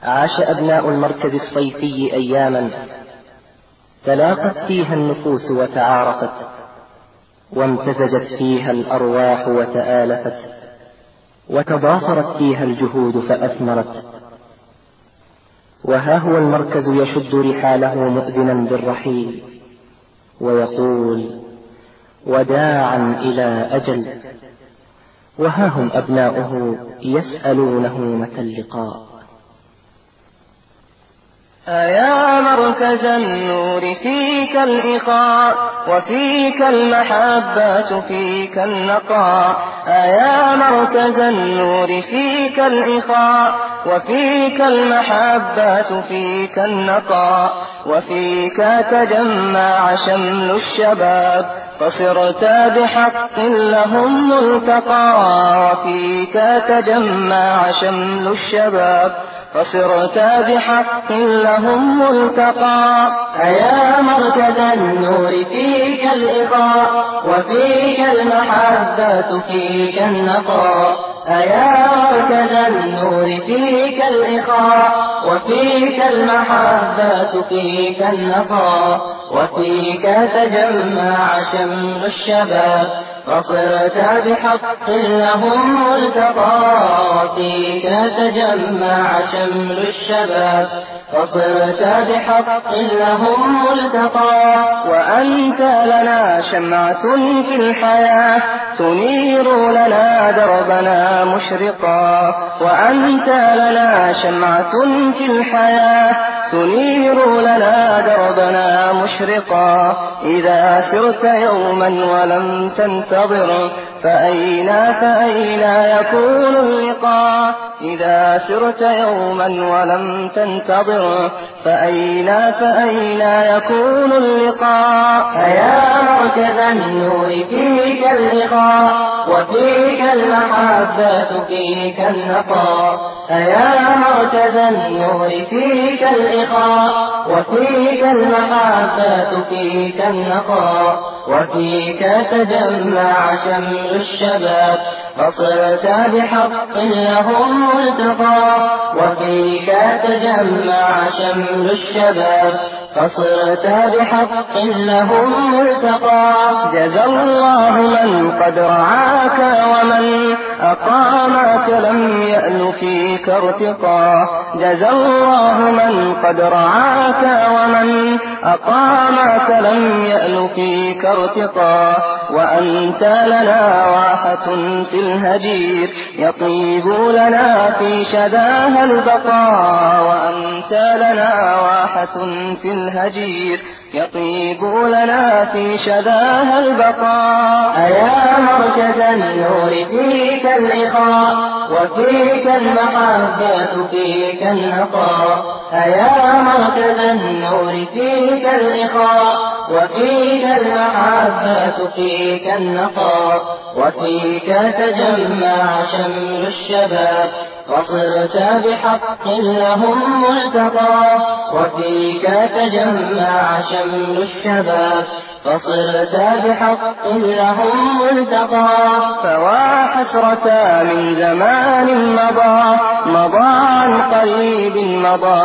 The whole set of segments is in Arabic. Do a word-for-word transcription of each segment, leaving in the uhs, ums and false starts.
عاش أبناء المركز الصيفي أياما تلاقت فيها النفوس وتعارفت، وامتزجت فيها الأرواح وتآلفت، وتضافرت فيها الجهود فأثمرت. وها هو المركز يشد رحاله مؤذنا بالرحيل ويقول وداعا إلى أجل، وها هم أبناؤه يسألونه متى اللقاء. أيا مركز النور فيك الإخاء، وفيك المحبات فيك النقاء. أيا مركز النور فيك الإخاء، وفيك المحبات فيك النقاء. وفيك تجمع شمل الشباب، فصرت بحق لهم ملتقى. وفيك تجمع شمل الشباب، فصرت بحق لهم ملتقى. أيا مركز النور فيك الإخاء، وفيك المحبة فيك النقاء. أيا مركز النور فيك الإخاء، وفيك المحبة فيك النقاء. وفيك تجمع شمل الشباب، فصرت بحق لهم ملتقى. وفيك تجمع شمل الشباب، فصرت بحق لهم ملتقى. وأنت لنا شمعة في الحياة، تنير لنا دربنا مشرقا. وأنت لنا شمعة في الحياة، تنير لنا دربنا مشرقا. إذا سرت يوما ولم تنتظر، فأين فأين يكون اللقاء. إذا سرت يوما ولم تنتظر، فأين فأين يكون اللقاء. أيا مركز النور فيك الإخاء، وفيك المحبة فيك النقاء. أيا مركز النور فيك الإخاء، وفيك المحبة فيك النقاء. وفيك تجمع شمل الشباب، فصرت بحق لهم ملتقى. وفيك تجمع شمل الشباب، فصرت بحق لهم ملتقى. جزى الله من قد رعاك، ومن أقامك لم يأل فيك ارتقى. جزى الله من قد رعاك، ومن أقامك لم يأل فيك ارتقى. وأنت لنا واحة في الهجير، يطيب لنا في شداها البقاء. وأنت لنا واحة في الهجير، يطيب لنا في شداها البقاء. أيا مركز النور فيك الإخاء، وفيك المحبة فيك النقاء. أيا مركز النور فيك الإخاء، وفيك المحبة فيك النقاء. وفيك تجمع شمل الشباب، فصرت بحق لهم ملتقى. وفيك تجمع شمل الشباب، فصرت بحق لهم ملتقى. فوا حسرة من زمان مضى، مضى عن قريب مضى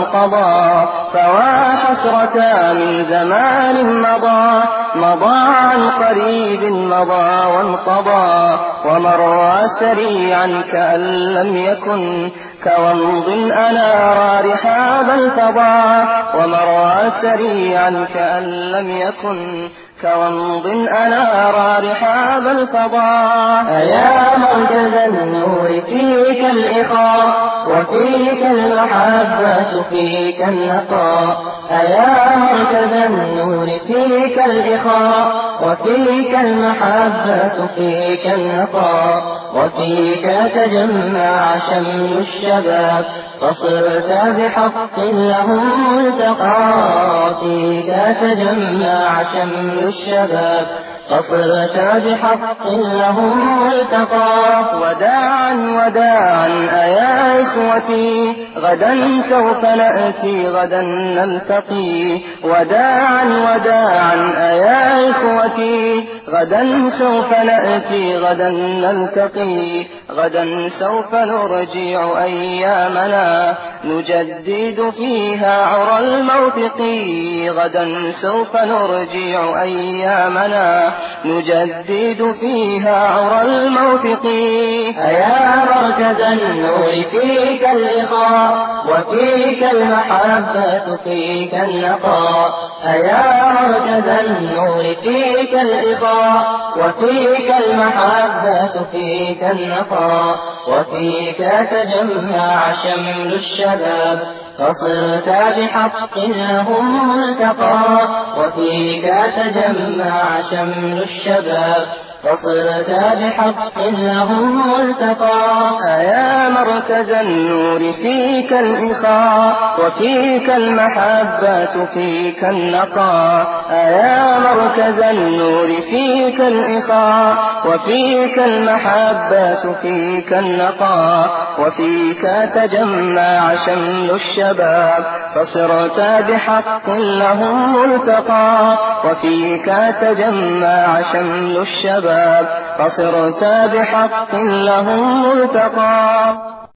وانقضى. فوا حسرة من زمان مضى، مضى عن قريب مضى وانقضى. ومر سريعا كأن لم يكن، كومض أنار رحاب الفضاء. ومر سريعا كأن لم يكن، كومض أنار رحاب الفضاء. أيا مركز النور فيك الإخاء، وفيك المحبة فيك النقاء. أيا مركز النور فيك الإخاء، وفيك المحبة فيك النقاء. وفيك تجمع شمل الشباب، فصرت بحق لهم ملتقى. فيك تجمع شمل الشباب، فصرت بحق لهم ملتقى. وداعا وداعا أيا إخوتي غدا سوف نأتي غدا نلتقي. وداعا وداعا أيا إخوتي غدا سوف نأتي غدا نلتقي. غدا سوف نرجع أيامنا نجدد فيها عرى الموثق. غدا سوف نرجع أيامنا نجدد فيها عرى الموثق. أيا مركز النور فيك الإخاء وفيك المحبة فيك النقاء. أيا مركز النور فيك الإخاء وفيك المحبة فيك النقاء. وفيك تجمع شمل الشباب فصرت بحق لهم ملتقى. وفيك تجمع شمل الشباب فصرت بحق لهم ملتقى. أيا مركز النور فيك الإخاء وفيك المحبة فيك النقاء. أيا مركز النور فيك الإخاء وفيك المحبة فيك النقاء. وفيك تجمع شمل الشباب فصرت بحق لهم ملتقى. وفيك تجمع شمل الشباب فصرت بحق لهم ملتقى.